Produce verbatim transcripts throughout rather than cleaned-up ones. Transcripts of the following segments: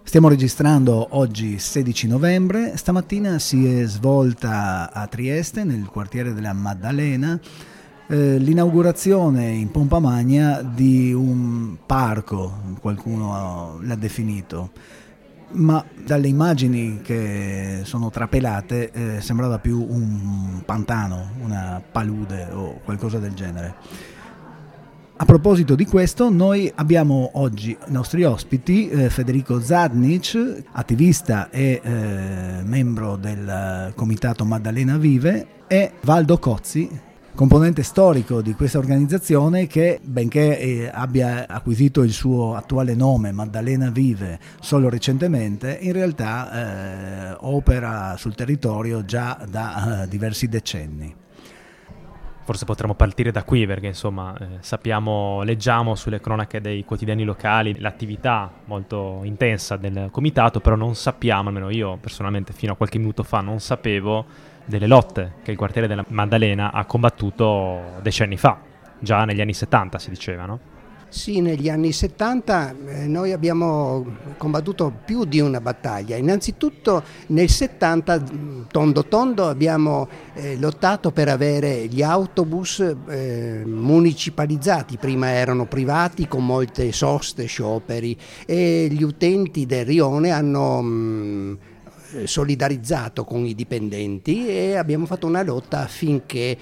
Stiamo registrando oggi sedici novembre, stamattina si è svolta a Trieste, nel quartiere della Maddalena, eh, l'inaugurazione in pompa magna di un parco, qualcuno l'ha definito, ma dalle immagini che sono trapelate eh, sembrava più un pantano, una palude o qualcosa del genere. A proposito di questo, noi abbiamo oggi i nostri ospiti eh, Federico Zadnic, attivista e eh, membro del comitato Maddalena Vive, e Valdo Cozzi, componente storico di questa organizzazione che, benché eh, abbia acquisito il suo attuale nome, Maddalena Vive, solo recentemente, in realtà eh, opera sul territorio già da eh, diversi decenni. Forse potremmo partire da qui perché insomma eh, sappiamo, leggiamo sulle cronache dei quotidiani locali l'attività molto intensa del comitato, però non sappiamo, almeno io personalmente fino a qualche minuto fa non sapevo delle lotte che il quartiere della Maddalena ha combattuto decenni fa, già negli anni settanta si diceva, no? Sì, negli anni settanta eh, noi abbiamo combattuto più di una battaglia. Innanzitutto nel settanta, tondo tondo, abbiamo eh, lottato per avere gli autobus eh, municipalizzati. Prima erano privati con molte soste, scioperi, e gli utenti del rione hanno mh, solidarizzato con i dipendenti e abbiamo fatto una lotta affinché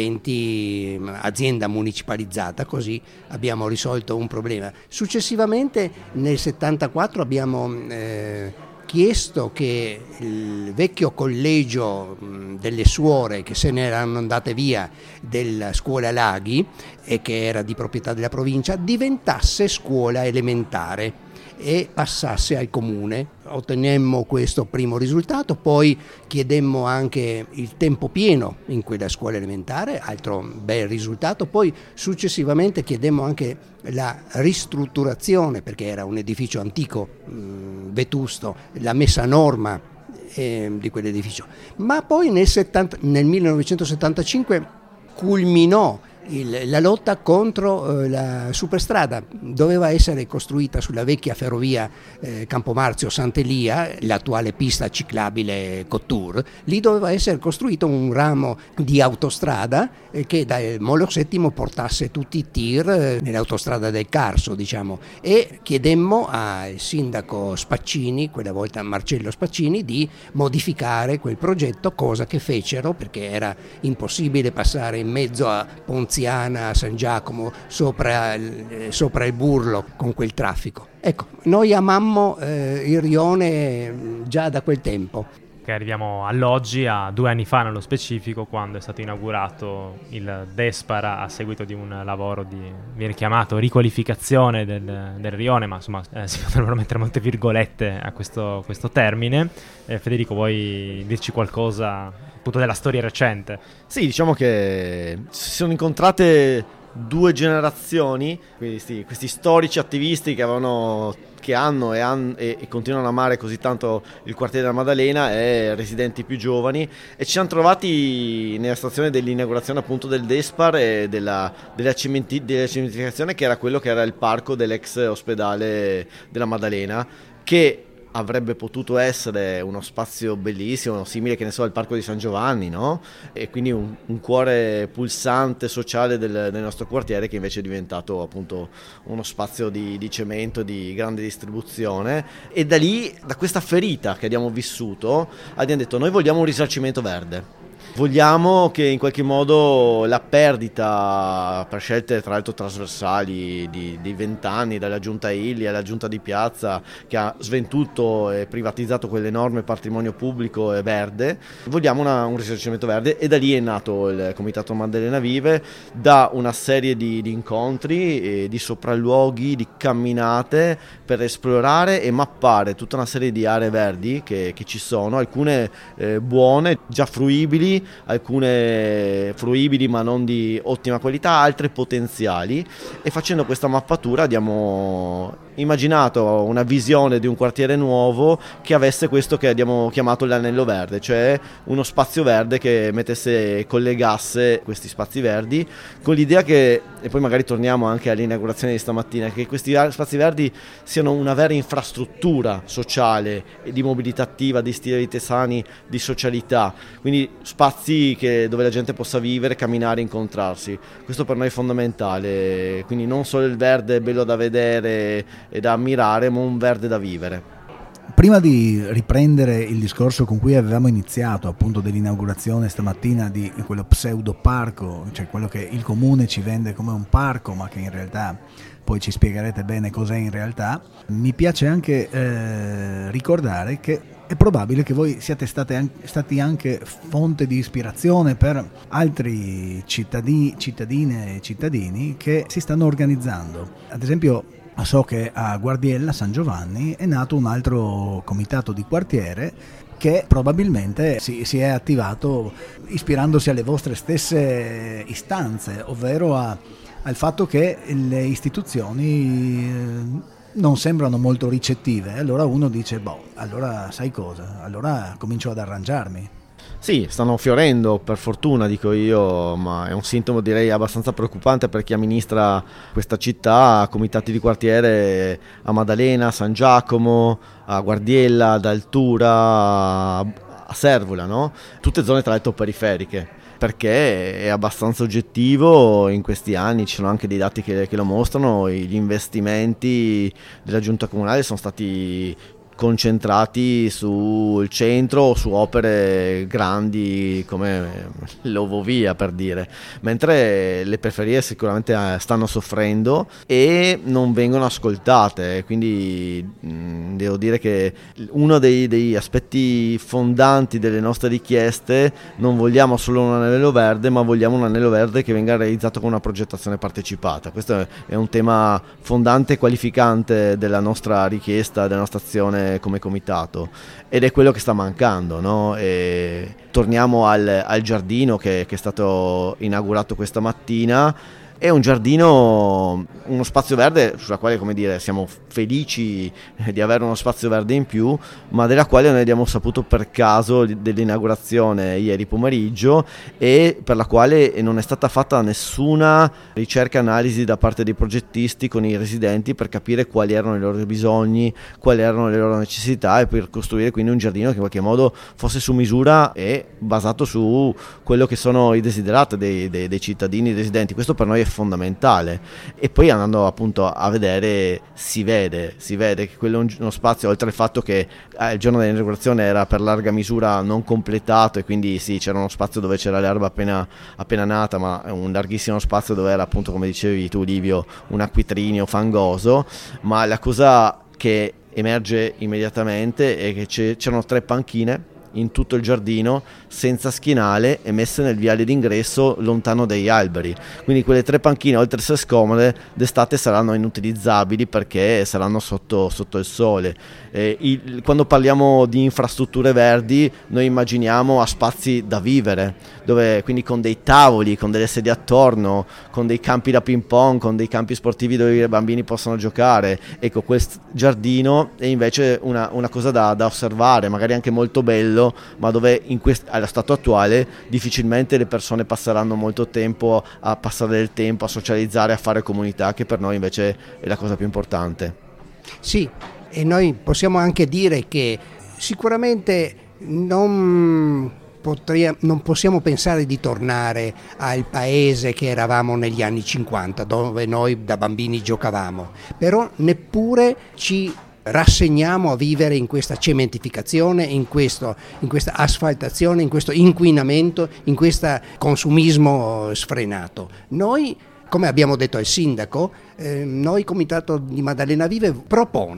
diventi azienda municipalizzata, così abbiamo risolto un problema. Successivamente nel settantaquattro abbiamo eh, chiesto che il vecchio collegio delle suore che se ne erano andate via della scuola Laghi e che era di proprietà della provincia diventasse scuola elementare e passasse al comune. Ottenemmo questo primo risultato, poi chiedemmo anche il tempo pieno in quella scuola elementare, altro bel risultato, poi successivamente chiedemmo anche la ristrutturazione, perché era un edificio antico, mh, vetusto, la messa a norma eh, di quell'edificio. Ma poi nel, settanta, nel millenovecentosettantacinque culminò Il, la lotta contro eh, la superstrada. Doveva essere costruita sulla vecchia ferrovia eh, Campomarzio-Sant'Elia, l'attuale pista ciclabile Cottur. Lì doveva essere costruito un ramo di autostrada eh, che dal Molo settimo portasse tutti i tir eh, nell'autostrada del Carso, diciamo, e chiedemmo al sindaco Spaccini, quella volta Marcello Spaccini, di modificare quel progetto, cosa che fecero perché era impossibile passare in mezzo a Ponziana, San Giacomo, sopra il, sopra il Burlo con quel traffico. Ecco, noi amammo eh, il rione già da quel tempo. Che arriviamo all'oggi, a due anni fa nello specifico, quando è stato inaugurato il Despara a seguito di un lavoro di, viene chiamato riqualificazione del, del rione, ma insomma eh, si potrebbero mettere molte virgolette a questo, questo termine. Eh, Federico, vuoi dirci qualcosa appunto della storia recente? Sì, diciamo che si sono incontrate due generazioni, questi, questi storici attivisti che avevano che hanno e, hanno e, e continuano a amare così tanto il quartiere della Maddalena, e residenti più giovani, e ci siamo trovati nella stazione dell'inaugurazione appunto del Despar e della, della, cementi, della cementificazione, che era quello che era il parco dell'ex ospedale della Maddalena, che avrebbe potuto essere uno spazio bellissimo, simile che ne so al Parco di San Giovanni, no? E quindi un, un cuore pulsante sociale del, del nostro quartiere, che invece è diventato appunto uno spazio di, di cemento di grande distribuzione. E da lì, da questa ferita che abbiamo vissuto, abbiamo detto: noi vogliamo un risarcimento verde. Vogliamo che in qualche modo la perdita, per scelte tra l'altro trasversali di, di vent'anni, dalla giunta Illy alla giunta di Piazza, che ha svenduto e privatizzato quell'enorme patrimonio pubblico e verde, vogliamo una, un risarcimento verde. E da lì è nato il Comitato Maddalena Vive, da una serie di, di incontri, e di sopralluoghi, di camminate per esplorare e mappare tutta una serie di aree verdi che, che ci sono, alcune eh, buone, già fruibili, disponibili, alcune fruibili ma non di ottima qualità, altre potenziali, e facendo questa mappatura abbiamo immaginato una visione di un quartiere nuovo che avesse questo che abbiamo chiamato l'anello verde, cioè uno spazio verde che mettesse, collegasse questi spazi verdi, con l'idea che, e poi magari torniamo anche all'inaugurazione di stamattina, che questi spazi verdi siano una vera infrastruttura sociale e di mobilità attiva, di stile di vita sani, di socialità, quindi spazi che, dove la gente possa vivere, camminare, incontrarsi. Questo per noi è fondamentale, quindi non solo il verde bello da vedere e da ammirare, ma un verde da vivere. Prima di riprendere il discorso con cui avevamo iniziato, appunto dell'inaugurazione stamattina di quello pseudo parco, cioè quello che il comune ci vende come un parco, ma che in realtà poi ci spiegherete bene cos'è in realtà, mi piace anche eh, ricordare che è probabile che voi siate state an- stati anche fonte di ispirazione per altri cittadini, cittadine e cittadini che si stanno organizzando. Ad esempio, so che a Guardiella San Giovanni è nato un altro comitato di quartiere che probabilmente si, si è attivato ispirandosi alle vostre stesse istanze, ovvero a, al fatto che le istituzioni eh, non sembrano molto ricettive. Allora uno dice, boh, allora sai cosa? Allora comincio ad arrangiarmi. Sì, stanno fiorendo, per fortuna dico io, ma è un sintomo direi abbastanza preoccupante per chi amministra questa città, comitati di quartiere a Maddalena, San Giacomo, a Guardiella, ad Altura, a Servola, no? Tutte zone tra l'altro periferiche, perché è abbastanza oggettivo, in questi anni ci sono anche dei dati che, che lo mostrano, gli investimenti della giunta comunale sono stati concentrati sul centro o su opere grandi come l'Ovovia, per dire, mentre le periferie sicuramente stanno soffrendo e non vengono ascoltate, quindi mh, devo dire che uno dei, dei aspetti fondanti delle nostre richieste: non vogliamo solo un anello verde, ma vogliamo un anello verde che venga realizzato con una progettazione partecipata. Questo è un tema fondante e qualificante della nostra richiesta, della nostra azione come comitato, ed è quello che sta mancando, no? E torniamo al, al giardino che, che è stato inaugurato questa mattina. È un giardino, uno spazio verde sulla quale, come dire, siamo felici di avere uno spazio verde in più, ma della quale noi abbiamo saputo per caso dell'inaugurazione ieri pomeriggio, e per la quale non è stata fatta nessuna ricerca e analisi da parte dei progettisti con i residenti per capire quali erano i loro bisogni, quali erano le loro necessità, e per costruire quindi un giardino che in qualche modo fosse su misura e basato su quello che sono i desiderati dei, dei, dei cittadini residenti. Questo per noi è fondamentale. E poi andando appunto a vedere si vede si vede che quello è uno spazio, oltre al fatto che eh, il giorno dell'inaugurazione era per larga misura non completato, e quindi sì, c'era uno spazio dove c'era l'erba appena, appena nata, ma un larghissimo spazio dove era, appunto, come dicevi tu Livio, un acquitrinio fangoso. Ma la cosa che emerge immediatamente è che c'erano tre panchine in tutto il giardino senza schienale e messe nel viale d'ingresso lontano dagli alberi, quindi quelle tre panchine, oltre ad essere scomode, d'estate saranno inutilizzabili perché saranno sotto, sotto il sole. Eh, il, quando parliamo di infrastrutture verdi noi immaginiamo a spazi da vivere, dove quindi con dei tavoli, con delle sedie attorno, con dei campi da ping pong, con dei campi sportivi dove i bambini possono giocare. Ecco, questo giardino è invece una, una cosa da, da osservare, magari anche molto bello, ma dove in quest- allo stato attuale difficilmente le persone passeranno molto tempo a passare del tempo, a socializzare, a fare comunità, che per noi invece è la cosa più importante. Sì, e noi possiamo anche dire che sicuramente non, potria- non possiamo pensare di tornare al paese che eravamo negli anni cinquanta, dove noi da bambini giocavamo, però neppure ci rassegniamo a vivere in questa cementificazione, in, questo, in questa asfaltazione, in questo inquinamento, in questo consumismo sfrenato. Noi, come abbiamo detto al sindaco, eh, noi Comitato di Maddalena Vive propone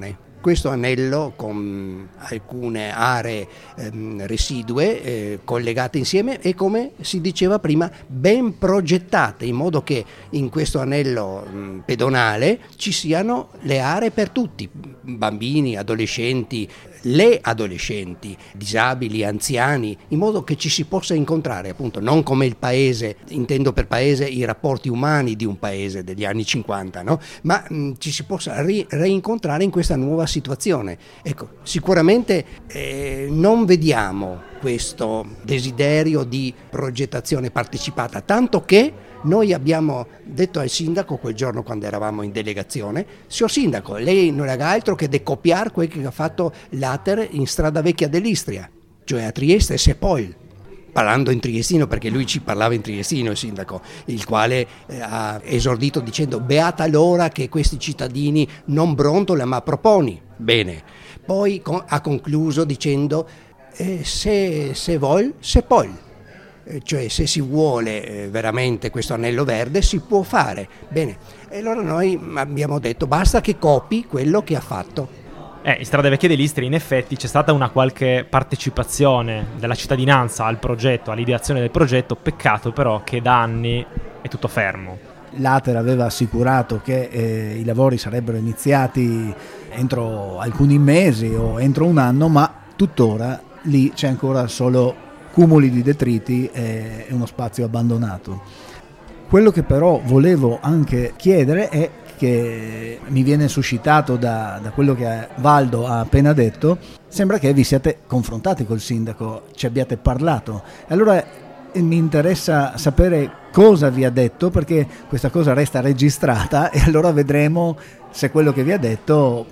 questo anello con alcune aree ehm, residue eh, collegate insieme e, come si diceva prima, ben progettate, in modo che in questo anello mh, pedonale ci siano le aree per tutti, bambini, adolescenti, le adolescenti, disabili, anziani, in modo che ci si possa incontrare, appunto, non come il paese, intendo per paese i rapporti umani di un paese degli anni cinquanta, no? Ma mh, ci si possa ri- reincontrare in questa nuova situazione. Ecco, sicuramente eh, non vediamo questo desiderio di progettazione partecipata, tanto che noi abbiamo detto al sindaco quel giorno, quando eravamo in delegazione: signor sindaco, lei non ha altro che decopiare quel che ha fatto l'Ater in strada vecchia dell'Istria, cioè a Trieste e Sepol, parlando in triestino, perché lui ci parlava in triestino, il sindaco, il quale eh, ha esordito dicendo: beata l'ora che questi cittadini non brontola ma proponi. Bene, poi con, ha concluso dicendo eh, se, se vol, Sepol. Cioè, se si vuole eh, veramente questo anello verde si può fare. Bene, e allora noi abbiamo detto: basta che copi quello che ha fatto. Eh, in Strade Vecchie dell'Istria in effetti c'è stata una qualche partecipazione della cittadinanza al progetto, all'ideazione del progetto. Peccato però che da anni è tutto fermo. L'Ater aveva assicurato che eh, i lavori sarebbero iniziati entro alcuni mesi o entro un anno, ma tuttora lì c'è ancora solo cumuli di detriti e uno spazio abbandonato. Quello che però volevo anche chiedere è che mi viene suscitato da, da quello che Valdo ha appena detto: sembra che vi siate confrontati col sindaco, ci abbiate parlato. Allora mi interessa sapere cosa vi ha detto, perché questa cosa resta registrata e allora vedremo se quello che vi ha detto,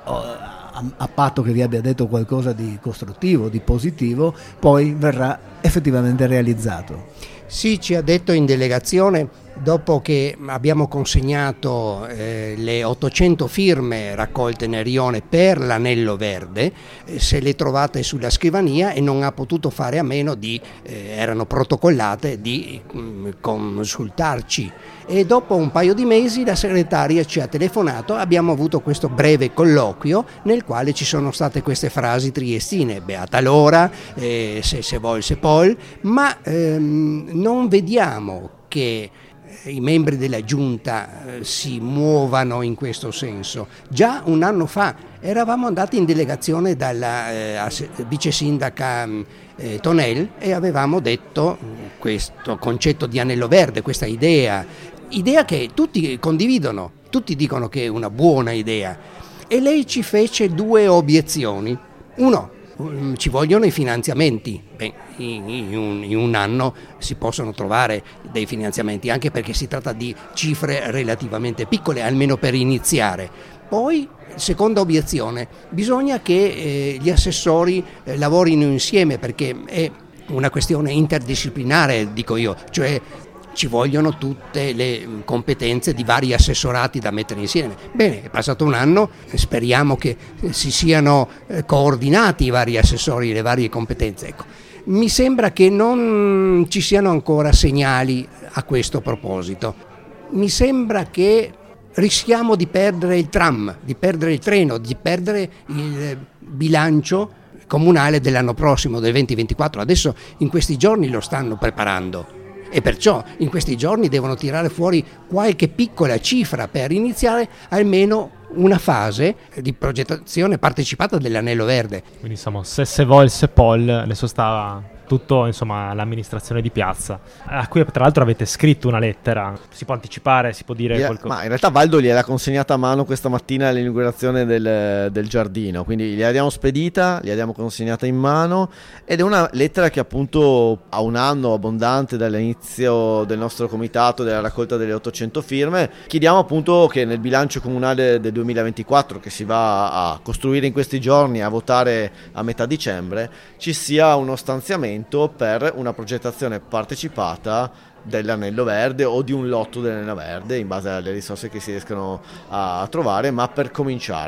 a patto che vi abbia detto qualcosa di costruttivo, di positivo, poi verrà effettivamente realizzato. Sì, ci ha detto in delegazione, dopo che abbiamo consegnato eh, le ottocento firme raccolte nel rione per l'anello verde, eh, se le trovate sulla scrivania e non ha potuto fare a meno di, eh, erano protocollate, di mh, consultarci. E dopo un paio di mesi la segretaria ci ha telefonato, abbiamo avuto questo breve colloquio nel quale ci sono state queste frasi triestine: beata l'ora, eh, se se vuol se pol, ma ehm, non vediamo che i membri della giunta eh, si muovano in questo senso. Già un anno fa eravamo andati in delegazione dalla eh, vice sindaca eh, Tonel e avevamo detto questo concetto di anello verde, questa idea, idea che tutti condividono, tutti dicono che è una buona idea, e lei ci fece due obiezioni. Uno: ci vogliono i finanziamenti. Beh, in, in, un, in un anno si possono trovare dei finanziamenti, anche perché si tratta di cifre relativamente piccole, almeno per iniziare. Poi, seconda obiezione: bisogna che eh, gli assessori eh, lavorino insieme, perché è una questione interdisciplinare, dico io, cioè ci vogliono tutte le competenze di vari assessorati da mettere insieme. Bene, è passato un anno, speriamo che si siano coordinati i vari assessori, le varie competenze. Ecco, mi sembra che non ci siano ancora segnali a questo proposito. Mi sembra che rischiamo di perdere il tram, di perdere il treno, di perdere il bilancio comunale dell'anno prossimo, del venti ventiquattro. Adesso in questi giorni lo stanno preparando. E perciò in questi giorni devono tirare fuori qualche piccola cifra per iniziare almeno una fase di progettazione partecipata dell'anello verde. Quindi insomma, se se vuol se pol, adesso sta tutto, insomma, l'amministrazione di piazza, a cui tra l'altro avete scritto una lettera. Si può anticipare, si può dire yeah, qualcosa? Ma in realtà Valdo gliel'ha consegnata a mano questa mattina all'inaugurazione del, del giardino, quindi gliel'abbiamo spedita, gliel'abbiamo consegnata in mano, ed è una lettera che appunto a un anno abbondante dall'inizio del nostro comitato, della raccolta delle ottocento firme, chiediamo appunto che nel bilancio comunale del duemilaventiquattro, che si va a costruire in questi giorni, a votare a metà dicembre, ci sia uno stanziamento per una progettazione partecipata dell'anello verde o di un lotto dell'anello verde, in base alle risorse che si riescono a trovare, ma per cominciare.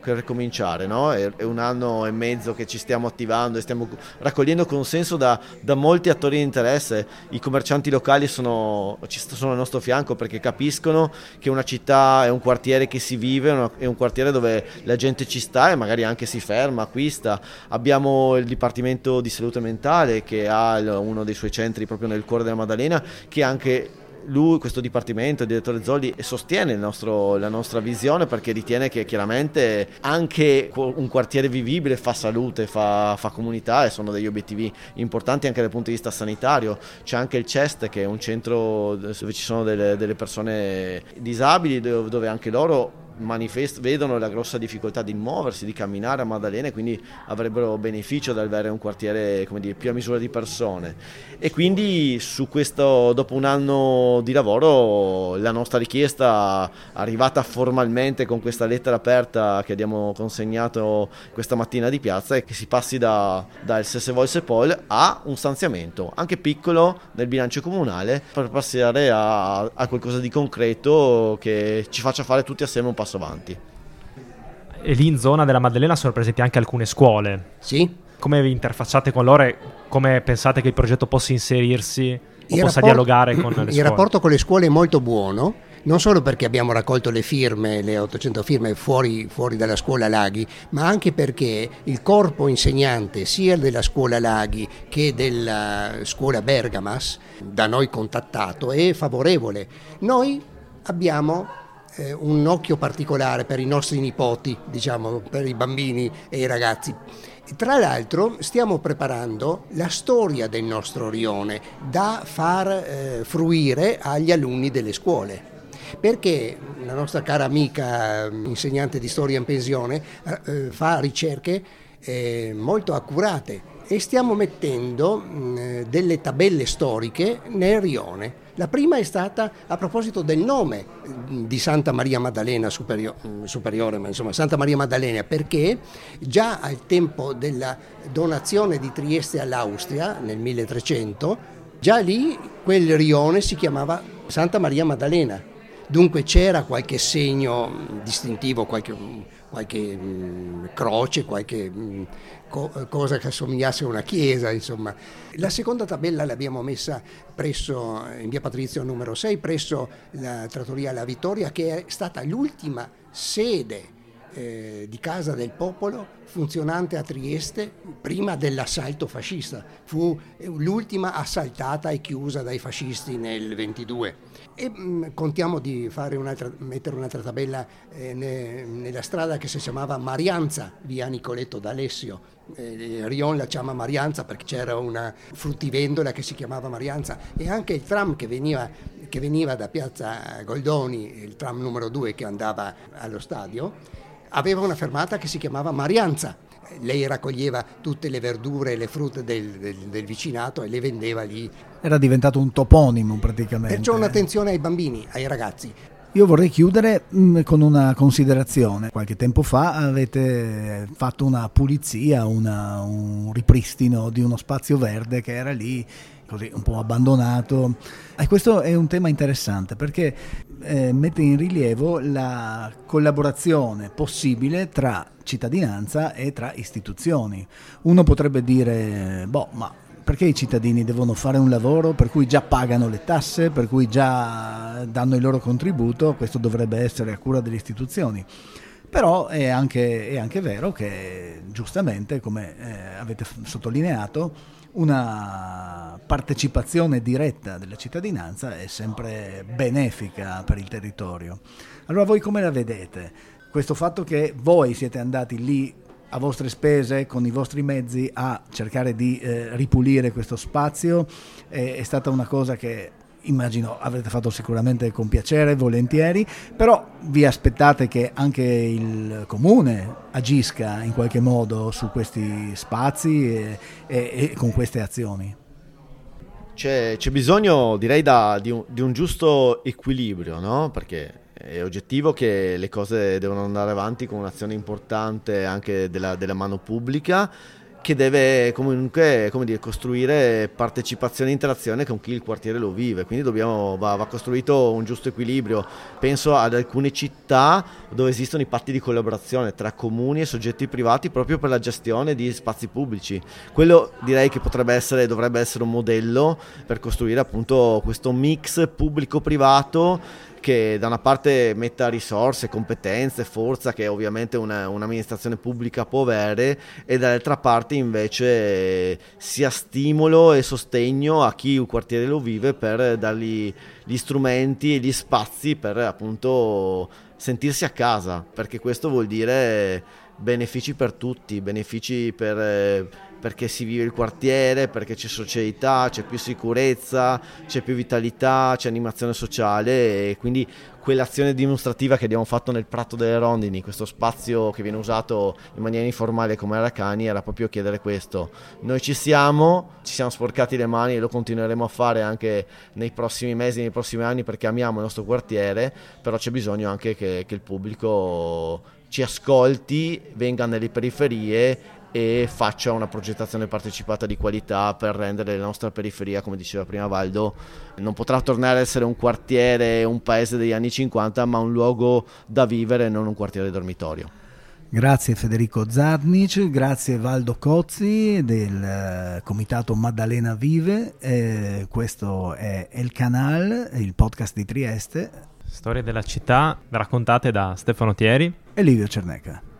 che ricominciare, no? È, è un anno e mezzo che ci stiamo attivando e stiamo raccogliendo consenso da, da molti attori di interesse. I commercianti locali sono, ci sono al nostro fianco perché capiscono che una città è un quartiere che si vive, una, è un quartiere dove la gente ci sta e magari anche si ferma, acquista. Abbiamo il Dipartimento di Salute Mentale che ha uno dei suoi centri proprio nel cuore della Maddalena, che anche lui, questo dipartimento, il direttore Zolli, sostiene il nostro, la nostra visione, perché ritiene che chiaramente anche un quartiere vivibile fa salute, fa, fa comunità, e sono degli obiettivi importanti anche dal punto di vista sanitario. C'è anche il C E S T, che è un centro dove ci sono delle, delle persone disabili, dove, dove anche loro manifest- vedono la grossa difficoltà di muoversi, di camminare a Maddalena, e quindi avrebbero beneficio dal avere un quartiere, come dire, più a misura di persone. E quindi su questo, dopo un anno di lavoro, la nostra richiesta, arrivata formalmente con questa lettera aperta che abbiamo consegnato questa mattina di piazza, è che si passi da, dal Se se vuol se pol a un stanziamento anche piccolo nel bilancio comunale, per passare a, a qualcosa di concreto che ci faccia fare tutti assieme un passo avanti. E lì in zona della Maddalena sono presenti anche alcune scuole. Sì. Come vi interfacciate con loro e come pensate che il progetto possa inserirsi o il possa rapport- dialogare con le scuole? Il rapporto con le scuole è molto buono, non solo perché abbiamo raccolto le firme, le ottocento firme fuori, fuori dalla scuola Laghi, ma anche perché il corpo insegnante sia della scuola Laghi che della scuola Bergamas, da noi contattato, è favorevole. Noi abbiamo eh, un occhio particolare per i nostri nipoti, diciamo, per i bambini e i ragazzi. Tra l'altro stiamo preparando la storia del nostro rione da far eh, fruire agli alunni delle scuole, perché la nostra cara amica insegnante di storia in pensione eh, fa ricerche eh, molto accurate, e stiamo mettendo mh, delle tabelle storiche nel rione. La prima è stata a proposito del nome di Santa Maria Maddalena Superiore, superiore, ma insomma Santa Maria Maddalena, perché già al tempo della donazione di Trieste all'Austria nel milletrecento, già lì quel rione si chiamava Santa Maria Maddalena. Dunque c'era qualche segno distintivo, qualche, qualche mh, croce, qualche mh, co- cosa che assomigliasse a una chiesa, insomma. La seconda tabella l'abbiamo messa presso, in via Patrizio numero sei, presso la trattoria La Vittoria, che è stata l'ultima sede eh, di Casa del Popolo funzionante a Trieste prima dell'assalto fascista. Fu l'ultima assaltata e chiusa dai fascisti nel ventidue. E mh, contiamo di fare un'altra, mettere un'altra tabella eh, ne, nella strada che si chiamava Marianza, via Nicoletto d'Alessio. Eh, Rion la chiama Marianza perché c'era una fruttivendola che si chiamava Marianza, e anche il tram che veniva, che veniva da piazza Goldoni, il tram numero due che andava allo stadio, aveva una fermata che si chiamava Marianza. Lei raccoglieva tutte le verdure e le frutta del, del, del vicinato e le vendeva lì. Era diventato un toponimo praticamente. Perciò un'attenzione ai bambini, ai ragazzi. Io vorrei chiudere mh, con una considerazione. Qualche tempo fa avete fatto una pulizia, una, un ripristino di uno spazio verde che era lì così un po' abbandonato, e questo è un tema interessante perché eh, mette in rilievo la collaborazione possibile tra cittadinanza e tra istituzioni. Uno potrebbe dire, boh, ma perché i cittadini devono fare un lavoro per cui già pagano le tasse, per cui già danno il loro contributo, questo dovrebbe essere a cura delle istituzioni. Però è anche, è anche vero che, giustamente, come eh, avete sottolineato, una partecipazione diretta della cittadinanza è sempre benefica per il territorio. Allora voi come la vedete? Questo fatto che voi siete andati lì a vostre spese, con i vostri mezzi, a cercare di eh, ripulire questo spazio, è, è stata una cosa che immagino avrete fatto sicuramente con piacere, volentieri, però vi aspettate che anche il comune agisca in qualche modo su questi spazi e, e, e con queste azioni? C'è, c'è bisogno, direi, da, di, un, di un giusto equilibrio, no? Perché è oggettivo che le cose devono andare avanti con un'azione importante anche della, della mano pubblica, che deve comunque, come dire, costruire partecipazione e interazione con chi il quartiere lo vive, quindi dobbiamo, va, va costruito un giusto equilibrio. Penso ad alcune città dove esistono i patti di collaborazione tra comuni e soggetti privati proprio per la gestione di spazi pubblici. Quello direi che potrebbe essere, dovrebbe essere un modello per costruire appunto questo mix pubblico-privato che da una parte metta risorse, competenze, forza che ovviamente una, un'amministrazione pubblica può avere, e dall'altra parte invece sia stimolo e sostegno a chi il quartiere lo vive per dargli gli strumenti e gli spazi per appunto sentirsi a casa, perché questo vuol dire benefici per tutti, benefici per... perché si vive il quartiere, perché c'è socialità, c'è più sicurezza, c'è più vitalità, c'è animazione sociale, e quindi quell'azione dimostrativa che abbiamo fatto nel Prato delle Rondini, questo spazio che viene usato in maniera informale come Aracani, era proprio chiedere questo. Noi ci siamo, ci siamo sporcati le mani e lo continueremo a fare anche nei prossimi mesi, nei prossimi anni, perché amiamo il nostro quartiere, però c'è bisogno anche che, che il pubblico ci ascolti, venga nelle periferie e faccia una progettazione partecipata di qualità per rendere la nostra periferia, come diceva prima Valdo, non potrà tornare a essere un quartiere, un paese degli anni cinquanta, ma un luogo da vivere, non un quartiere dormitorio. Grazie Federico Zadnic, grazie Valdo Cozzi del Comitato Maddalena Vive. Eh, questo è El Canal, il podcast di Trieste. Storie della città raccontate da Stefano Thieri e Livio Cerneca.